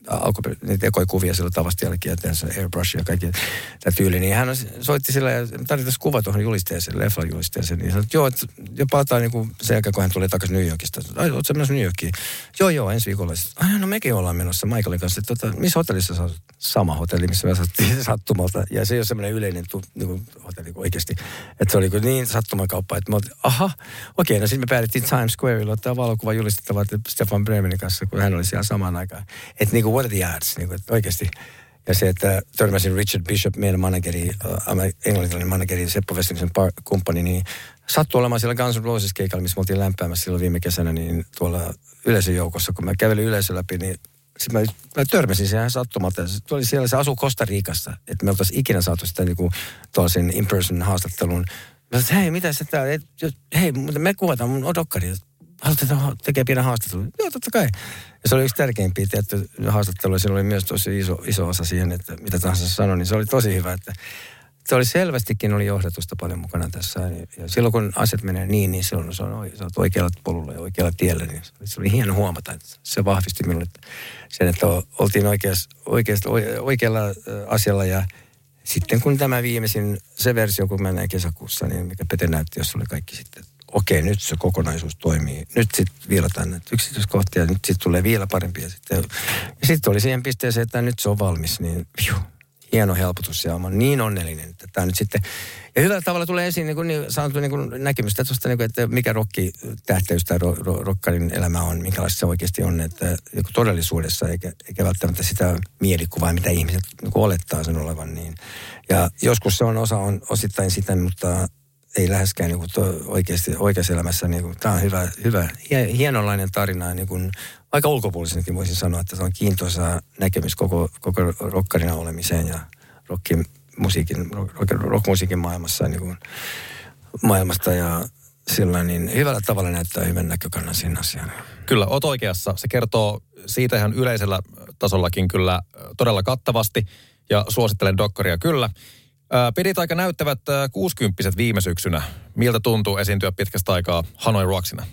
alkuperä, niitä ekoikuvia sillä tavasta jälkeen, ja tehdä se airbrush ja kaikki tämä tyyli, niin hän soitti sillä ja tarvitsi kuva tuohon julisteeseen, leffan julisteeseen, niin sanoi, että joo, että jo palataan niin kuin sen jälkeen, kun hän tuli takaisin New Yorkista. Ai, ootko sä menossa New Yorkiin? Joo, joo, ensi viikolla. Ai, no mekin ollaan menossa Michaelin kanssa, että tota, missä hotellissa sä oot? Sama hotelli, missä me asuttiin sattumalta, ja se ei ole semmoinen yleinen tu, niin kuin hotelli kuin oikeasti, että se oli niin sattumakauppa, että me oltiin, aha, okei, no sitten me päädyttiin Times Squareilla ottaa valokuva julistettavaa Stefan Bremenin kanssa, kun hän oli siellä samaan aikaan. Että niin kuin what are the odds, niin kuin, että oikeasti. Ja se, että törmäsin Richard Bishop, meidän manageri, äh, englantilainen manageri, Seppo Westingsen kumppani, niin sattui olemaan siellä Guns N' Roses keikalla, missä me oltiin lämpäämässä silloin viime kesänä, niin tuolla yleisön joukossa, kun mä kävelin yleisön läpi, niin sitten mä, mä törmäsin siihen sattumalta. Se oli siellä, se asuu Costa Ricassa, että me oltaisiin ikinä saatu sitä niin kuin tuollaisen in-person haastattelun. Mä sanoin, hei, mitä se täällä, hei, me kuvataan mun odokkari, haluatte tekee pienen haastattelun? Joo, totta kai. Ja se oli yksi tärkeimpiä tietty haastattelu, ja siinä oli myös tosi iso, iso osa siihen, että mitä tahansa sanoi, niin se oli tosi hyvä, että se oli selvästikin, oli johdatusta paljon mukana tässä. Ja silloin kun asiat menee niin, niin silloin se on, se on oikealla polulla ja oikealla tiellä, niin se oli hieno huomata, että se vahvisti minulle sen, että oltiin oikeas, oikeasta, oikealla asialla. Ja sitten kun tämä viimeisin, se versio, kun mä näin kesäkuussa, niin mikä Pete näytti, jos oli kaikki sitten, okei, nyt se kokonaisuus toimii. Nyt sitten viilataan näitä yksityiskohtia, nyt sitten tulee vielä parempi. Ja sitten, ja sitten oli siihen pisteeseen, että nyt se on valmis, niin piu. Hieno helpotus ja olen niin onnellinen, että tämä nyt sitten, ja hyvällä tavalla tulee esiin niin kuin niin sanottu niin kuin näkemystä tuosta, niin kuin, että mikä rokkitähteys tai ro, ro, rokkarin elämä on, minkälaista se oikeasti on, että todellisuudessa, eikä, eikä välttämättä sitä mielikuvaa, mitä ihmiset niin kuin olettaa sen olevan. Niin. Ja joskus se on osa on osittain sitä, mutta ei läheskään niin kuin to, oikeasti oikeassa elämässä. Niin kuin, tämä on hyvä, hyvä hienonlainen tarina, niin kuin, aika ulkopuolisenkin voisin sanoa, että se on kiintoisa näkemys koko, koko rokkarina olemiseen ja rockimusiikin, rock, rockmusiikin maailmassa, niin kuin, maailmasta ja sillä niin hyvällä tavalla näyttää hyvän näkökannan siinä asiaan. Kyllä, oot oikeassa. Se kertoo siitä ihan yleisellä tasollakin kyllä todella kattavasti ja suosittelen dokkaria kyllä. Pidit aika näyttävät kuusikymppiset viime syksynä. Miltä tuntuu esiintyä pitkästä aikaa Hanoi Rocksina?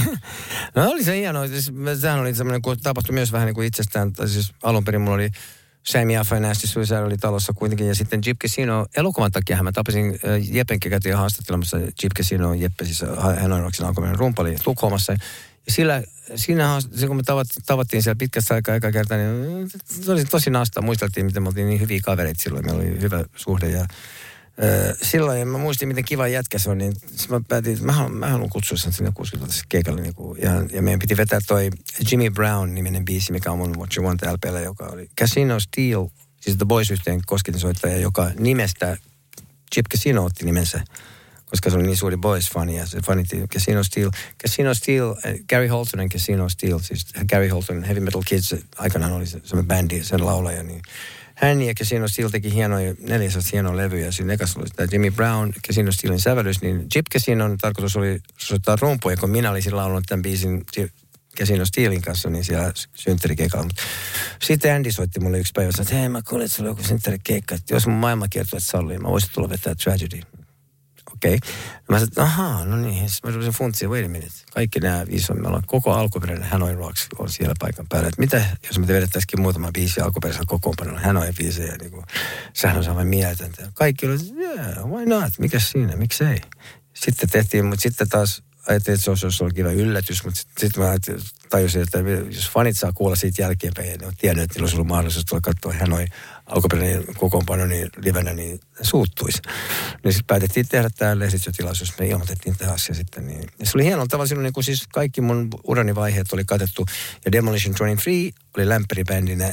No oli se hienoa. Sehän oli semmoinen, kun tapahtui myös vähän niin kuin itsestään. Siis alun perin mulla oli Sammy Jaffa ja Nasty Suicide oli talossa kuitenkin. Ja sitten Jeep Casino elokuvan takia mä tapasin Jeppen, käytiin haastattelemassa Jeep Casino, Jeppe, siis Hanoi Rocksina alkuperäinen rumpali Tukholmassa. Ja sillä, siinä kun me tavattiin siellä pitkästä aikaa eka kertaa, niin se oli tosi nastaa. Muisteltiin, miten me oltiin niin hyviä kavereita silloin. Meillä oli hyvä suhde ja äh, silloin mä muistin, miten kiva jätkä se on. Niin mä päätin, että mä haluan, mä haluan kutsua sen sinne kuusikymmentä keikalle. Niin kuin, ja, ja meidän piti vetää toi Jimmy Brown-niminen biisi, mikä on mun What You Want L P:llä, joka oli Casino Steel, siis The Boys-yhteen kosketinsoittaja, joka nimestä, Chip Casino otti nimensä. Koska se oli niin suuri Boys-fani ja se fanitti Casino Steel. Casino Steel, Gary Holton ja Casino Steel, siis Gary Holton, Heavy Metal Kids, aikanaan oli se, se bändi, sen laulaja, niin hän ja Casino Steel teki hienoja, neljäsas hienoa levyjä. Siinä ekassa oli tämä Jimmy Brown, Casino Steelin sävellys, niin Jeep Casinon tarkoitus oli soittaa rumpuja, kun minä olisin laulanut tämän biisin Casino Steelin kanssa, niin siellä synttärikeikalla. Sitten Andy soitti mulle yksi päivä, että hei, mä kuulin, että sulla on joku synttärikeikka, että jos mun maailmankiertueet sallii, mä voisin tulla vetää Tragedy. Okei. Okay. Mä sanoin, että ahaa, no niin. Sitten mä rupesin funtsia, wait a minute. Kaikki nämä viisi on, meillä on koko alkuperäinen Hanoi Rocks on siellä paikan päällä. Että mitä, jos me vedettäisikin muutama biisi alkuperäisellä kokoonpanolla Hanoi biisejä, niin kuin, sehän on sellainen mieletöntä. Kaikki oli, yeah, why not? Mikäs siinä, miksei? Sitten tehtiin, mutta sitten taas ajattelin, että se olisi ollut kiva yllätys, mutta sitten sit mä tajusin, että jos fanit saa kuulla siitä jälkeenpäin, ja ne on tiennyt, että niillä olisi ollut mahdollisuus tulla katsoa Hanoi alkuperäinen kokoonpano niin livenä, niin suuttuisi. Niin sitten päätettiin tehdä tämä lehdistötilaisuus, me ilmoitettiin tämä asia sitten. Niin. Ja se oli hienolla tavalla silloin, niin kun siis kaikki mun urani vaiheet oli katettu, ja Demolition kaksikymmentäkolme oli lämpäribändinä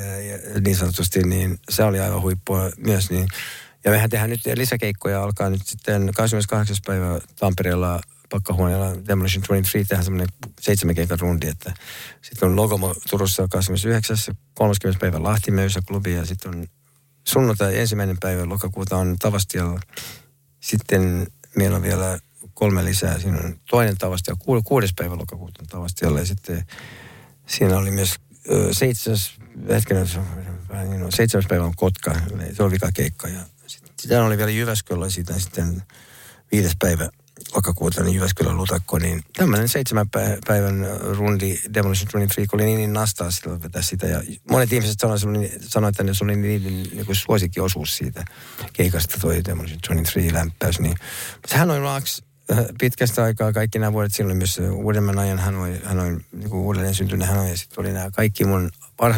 niin sanotusti, niin se oli aivan huippua myös. Niin. Ja mehän tehdään nyt lisäkeikkoja, alkaa nyt sitten kahdeskymmeneskahdeksas päivä Tampereella Pakkahuoneella Demolition kaksikymmentäkolme tehdään semmoinen seitsemän keikan rundi, että sitten on Logomo Turussa kahdeskymmenesyhdeksäs kolmaskymmenes päivä Lahti Möysä-klubi ja sitten on sunnuntai ensimmäinen päivä lokakuuta on Tavastialla. Sitten meillä on vielä kolme lisää. Siinä on toinen Tavastialla, ku, kuudes päivä lokakuuta on Tavastialla ja sitten siinä oli myös ö, seitsemäs, hetkinen, no, seitsemäs päivä on Kotka, se on vika keikka ja sitten oli vielä Jyväskylällä siitä sitten viides päivä lokakuuta niin Jyväskylän Lutakko, niin tämmöinen seitsemän päivän rundi Demolition Running Freak oli niin, niin nastaa silloin vetää sitä. Ja monet ihmiset sanoivat, sanoi, että se oli niin, niin, niin kuin suosikkiosuus siitä keikasta toi Demolition Running Freak lämpäys. Niin. Hän oli Laax pitkästä aikaa, kaikki nämä vuodet, silloin myös uudemman ajan hän oli, hän oli niin kuin uudelleen syntynyt hän oli, ja sitten oli nämä kaikki mun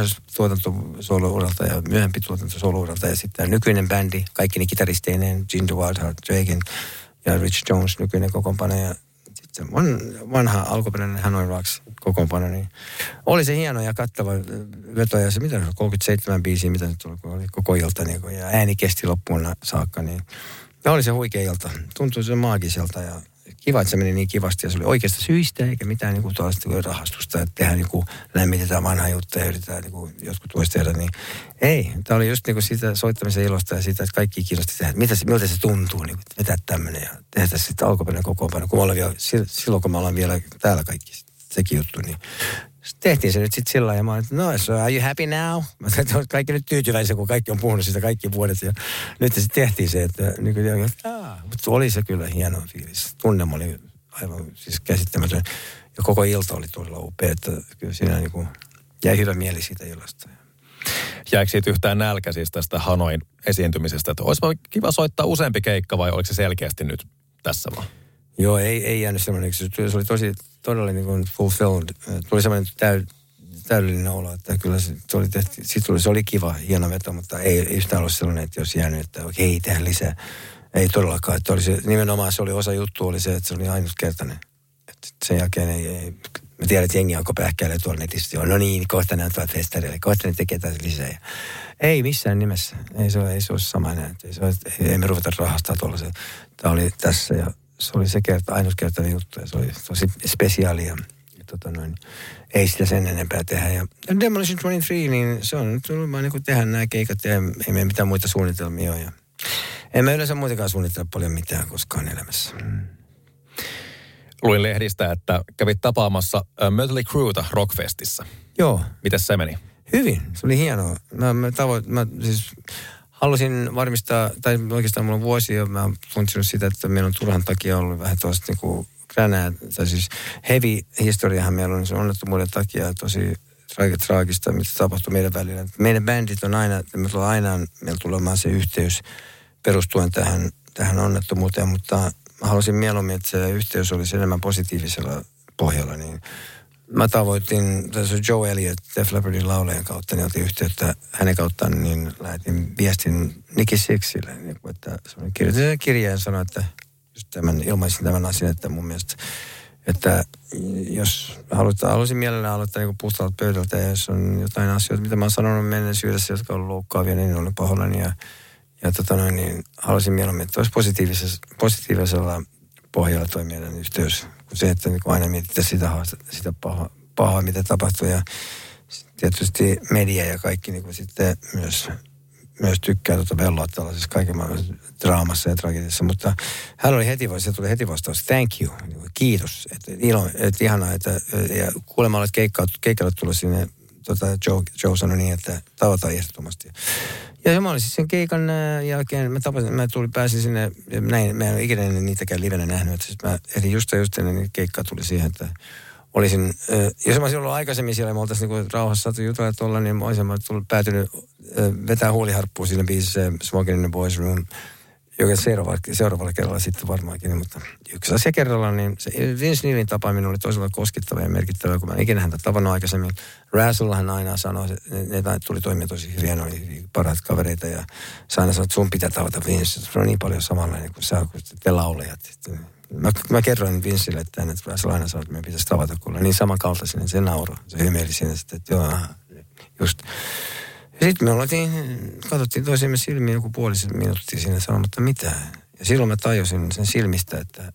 varhaistuotantosoolo-uralta ja myöhempi tuotantosoolo-uralta ja sitten nykyinen bändi, kaikki ne kitaristeineen, Gene Wildheart, Dragon ja Rich Jones, nykyinen kokoonpano ja sitten vanha alkuperäinen Hanoi Rocks kokoonpano, niin oli se hieno ja kattava veto ja se mitä kolmekymmentäseitsemän biisiä, mitä nyt oli koko ilta niin kuin, ja ääni kesti loppuun saakka, niin ja oli se huikea ilta. Tuntui se maagiselta ja kiva, että se meni niin kivasti ja se oli oikeasta syistä eikä mitään niin kuin tuollaista rahastusta, että tehdään niin kuin lämmitetään vanhaa juttua ja yritetään niin kuin jotkut voisi tehdä, niin ei. Tämä oli just niin kuin siitä soittamisen ilosta ja siitä, että kaikki kiinnosti tehdä, että mitä se, miltä se tuntuu, niin kuin vetää tämmöinen ja tehdä sitten alkuperäinen kokoonpano, kun me vielä, silloin kun me ollaan vielä täällä kaikki sekin juttu, niin tehtiin se nyt sitten sillä ja mä olin, että no, so are you happy now? Mä sanoin, että kaikki nyt tyytyväisiä, kun kaikki on puhunut sitä kaikki vuodet. Ja nyt sitten tehtiin se, että niin kuin, että mutta oli se kyllä hieno fiilis. Tunnelma oli aivan siis käsittämätön. Ja koko ilta oli todella upea, että kyllä siinä niin kuin jäi hyvä mieli siitä illasta. Jäikö siitä yhtään nälkä siis tästä Hanoin esiintymisestä? Että olisi kiva soittaa useampi keikka vai oliko se selkeästi nyt tässä vaan? Joo, ei, ei jäänyt semmoinen. Se oli tosi, todella niin kuin fulfilled. Tuli semmoinen täy, täydellinen olo, että kyllä se, se oli tehty, sit tuli, se oli kiva, hieno veto, mutta ei, ei yhtään ollut sellainen, että jos jäänyt, että okei, tehdään lisää. Ei todellakaan. Että oli se, nimenomaan se oli osa juttu, oli se, että se oli ainutkertainen. Että sen jälkeen ei, ei mä tiedän, että jengi alkoi pähkäilemään tuolla netissä. Joo, no niin, kohta ne antavat festareille, kohta ne tekee taas lisää. Ja ei missään nimessä. Ei se ole, ei se ole sama enää. Ei, se ole, ei, ei me ruveta rahastaa tuollaisen. Tämä oli tässä ja se oli se kerta, ainutkertainen juttu ja se oli tosi spesiaali ja, ja tota noin, ei sitä sen enempää tehdä. Ja, ja Demolition kolmekymmentäkolme, niin se on nyt tullut vaan niin kuin tehdä nämä keikat ja ei meillä mitään muita suunnitelmia ole. Ja en mä yleensä muutenkaan suunnitella paljon mitään koskaan elämässä. Mm. Luin lehdistä, että kävit tapaamassa uh, Mötley Crueta Rockfestissä. Joo. Mites se meni? Hyvin, se oli hienoa. Mä, mä, tavo- mä siis halusin varmistaa, tai oikeastaan mulla on vuosia, mä oon funtsinut sitä, että meillä on turhan takia ollut vähän tuosta niinku kränää, tai siis heavy historiahan meillä on, se onnettomuuden takia tosi tra- traagista, mitä tapahtui meidän välillä. Meidän bändit on aina, me tulee aina, meillä tulee vaan se yhteys perustuen tähän, tähän onnettomuuteen, mutta mä halusin mieluummin, että se yhteys olisi enemmän positiivisella pohjalla, niin mä tavoitin tässä Joe Elliott, Def Leppardin laulajan kautta, niin otin yhteyttä hänen kauttaan, niin lähetin viestin Nicky Sixille, että kirjoitin sen kirjeen ja sanoin, että just tämän, ilmaisin tämän asian, että mun mielestä, että jos halutaan, haluaisin mielellään aloittaa niin puhtaalta pöydältä, ja jos on jotain asioita, mitä mä oon sanonut menneisyydessä, jotka on loukkaavia, niin olen pahoillani, ja, ja tota noin, niin haluaisin mieluummin, että olisi positiivisella, positiivisella pohjalla toi meidän yhteys, kuin se, että niin aina mietitään sitä, sitä pahaa, pahaa, mitä tapahtuu. Ja tietysti media ja kaikki niin sitten myös, myös tykkää tuota velloa tällaisessa kaiken maailman draamassa ja tragediassa. Mutta hän oli heti, se tuli heti vastaus, thank you, kiitos. Että ilo, että ihanaa, että ja kuulemma olet keikalla tullut sinne, tota Joe, Joe sanoi niin, että tavataan ehdottomasti. Ja mä olin siis sen keikan jälkeen, mä tapasin, mä tulin, pääsin sinne, näin, mä en ole ikinä niitäkään livenä nähnyt, että siis mä, eli just ja just ennen niin keikkaa tuli siihen, että olisin, jos mä olisin ollut aikaisemmin siellä, me oltaisiin niinku rauhassa saatu jutella tuolla, niin olisin mä tullut, päätynyt vetää huuliharppua siinä biisissä Smoking in the Boys Room, joka seuraavalla, seuraavalla kerralla sitten varmaankin, mutta yksi asia kerrallaan, niin se Vince Neilin tapaaminen oli toisella koskettava ja merkittävä, kun mä en ikinä häntä tavannut aikaisemmin. Razzelhan aina sanoi, että ne tuli toimia tosi hyviä, ne oli parhaat kavereita ja sä aina sanoi, että sun pitää tavata Vince, se on niin paljon samanlainen kuin sä, kun te laulajat. Mä, mä kerroin Vincelle, että Razzle aina sanoi, että meidän pitäisi tavata, kun oli niin samankaltaisen, niin se nauroi. Se hymeili siinä sitten, että joo, just. Ja sitten me oltiin, katsottiin toisemme silmiin joku puolisen minuuttia siinä sanomatta mitään. Ja silloin mä tajusin sen silmistä, että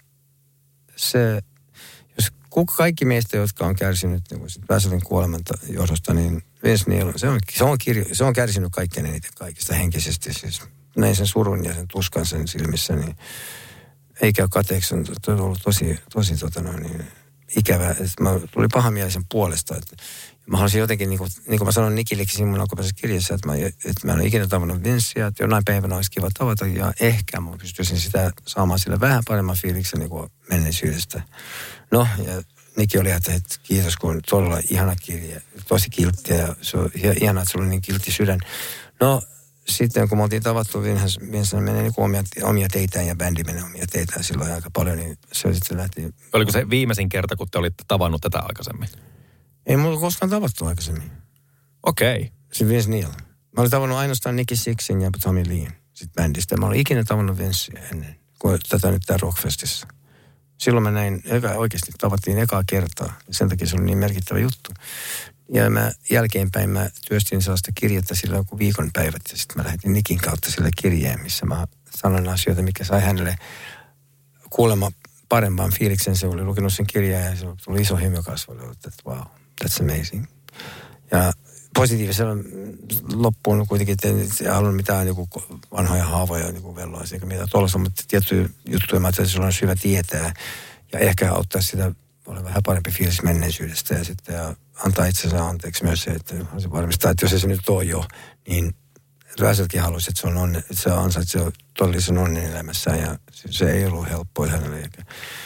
se, jos kaikki meistä, jotka on kärsinyt niin Razzlen kuoleman johdosta, niin Vince Neil, se on, se on, kirjo, se on kärsinyt kaikkein eniten kaikista henkisesti. Siis näin sen surun ja sen tuskan sen silmissä, niin eikä ole kateeksi, on ollut tosi, tosi tota noin, niin ikävä. Mä tuli pahamielisen puolesta. Että mä haluaisin jotenkin, niin kuin, niin kuin mä sanoin Nikillekin siinä mun alkuperäisessä kirjassa, että mä, että mä en ole ikinä tavannut Vincea, että jonain päivänä olisi kiva tavata ja ehkä mä pystyisin sitä saamaan sille vähän paremman fiiliksen niin kuin menneisyydestä. No, ja Nikki oli, että, että kiitos, kun on todella ihana kirja, tosi kiltti ja se on ihanaa, että sulla on niin kiltti sydän. No, sitten kun me oltiin tavattu, Vincent menee niin omia, omia teitään ja bändi menee omia teitään silloin aika paljon, niin se sitten lähti. Oliko se viimeisin kerta, kun te olitte tavannut tätä aikaisemmin? Ei mulla koskaan tavattu aikaisemmin. Okei. Okay. Se Vince Neil. Mä olin tavannut ainoastaan Nicky Sixin ja Tommy Leen sit bändistä. Mä olin ikinä tavannut Vincea ennen, kuin tätä nyt tää Rockfestissä. Silloin mä näin, eka, oikeasti tavattiin ekaa kertaa. Sen takia se oli niin merkittävä juttu. Ja mä jälkeenpäin mä työstin sellaista kirjettä sillä joku viikonpäivät. Ja sitten mä lähetin Nikin kautta sille kirjeen, missä mä sanon asioita, mikä sai hänelle kuulemma parempaan fiiliksen. Se oli lukenut sen kirjeen ja se tuli iso hymyä kasvalle. Että wow, that's amazing. Ja positiivisella loppuun kuitenkin, että en halunnut mitään niin vanhoja haavoja niin velloa, eikä mitään tuollaista, mutta tiettyjä juttuja mä ajattelin, että sulla on hyvä tietää ja ehkä auttaa sitä, olla vähän parempi fiilis menneisyydestä ja sitten ja antaa itsensä anteeksi myös se, että se varmistaa, että jos ei se nyt ole jo, niin Russellkin haluaisi, että se on onne, että se ansaitsee todellisen onnen elämässään ja se ei ollut helppoa hänelle eikä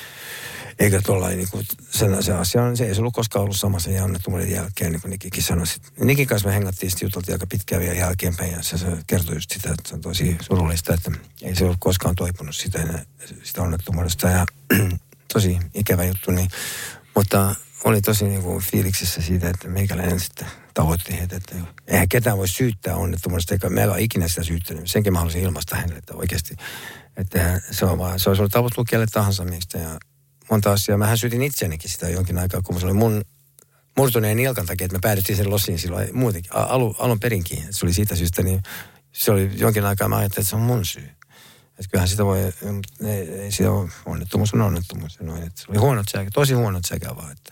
Eikä tuollainen niin kuin sen, se asia, se ei se ollut koskaan ollut sama sen onnettomuuden jälkeen, niin kuin Nikikin sanoi. Nikin kanssa me hengattiin sitten juteltiin aika pitkään vielä jälkeenpäin, ja se, se kertoi just sitä, että se on tosi surullista, että ei se ollut koskaan toipunut sitä, enää, sitä onnettomuudesta, ja tosi ikävä juttu, niin, mutta oli tosi niin kuin fiiliksissä siitä, että meikäläinen sitten tavoitti heitä, että eihän ketään voi syyttää onnettomuudesta, eikä meillä ole ikinä sitä syyttänyt. Senkin mä haluaisin ilmaista hänelle, että oikeasti, että se on vaan, se olisi ollut tavoittu kelle tahansa mistä, ja monta asiaa. Mähän syytin itseänikin sitä jonkin aikaa, kun se oli mun murtuneen nilkan takia, että me päädyttiin sen lossiin silloin muutenkin, alu, alun perinkin. Se oli siitä syystä, niin se oli jonkin aikaa, mä ajattelin, että se on mun syy. Että kyllähän sitä voi, ei, ei sitä ole, onnettomuus on onnettomuus. Noin, että se oli huonot säkä, tosi huonot säkä vaan, että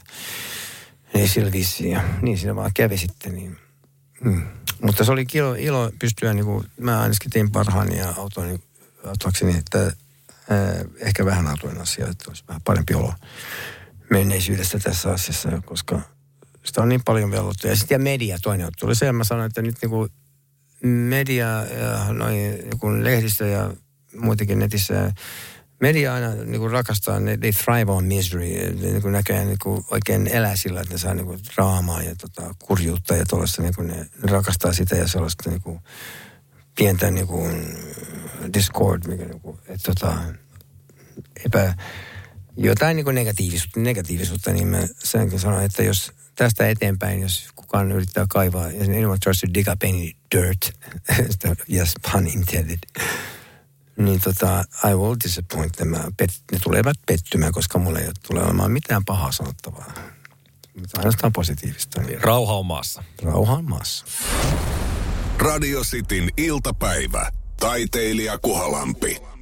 ei sillä vissiin. Ja niin siinä vaan kävi sitten. Niin. Hmm. Mutta se oli ilo, ilo pystyä, niin kuin, mä ainakin tein parhaani ja autoin, autoakseni, että ehkä vähän autoin asia, että olisi vähän parempi olo menneisyydestä tässä asiassa, koska sitä on niin paljon velvoitteja. Ja sitten ja media, toinen juttu oli se, mä sanoin, että nyt niinku media ja noin joku lehdistö ja muutenkin netissä, media aina niinku rakastaa, ne, they thrive on misery, ne niinku näköjään niinku oikein elää sillä, että ne saa niinku draamaa ja tota, kurjuutta ja tuollaista, niinku ne, ne rakastaa sitä ja sellaista niinku pientä niinku discord, mikä niinku, että tota, epä, jotain niinku negatiivisuutta, negatiivisuutta, niin mä senkin sanoin, että jos tästä eteenpäin, jos kukaan yrittää kaivaa, ja anyone tries to dig up any dirt, yes, pun intended, niin tota, I will disappoint them. Ne tulevat pettymään, koska mulla ei tule olemaan mitään pahaa sanottavaa. Mutta ainoastaan positiivista. Niin. Rauha on maassa. Rauha on maassa. Radio Cityn iltapäivä. Taiteilija Kuhalampi.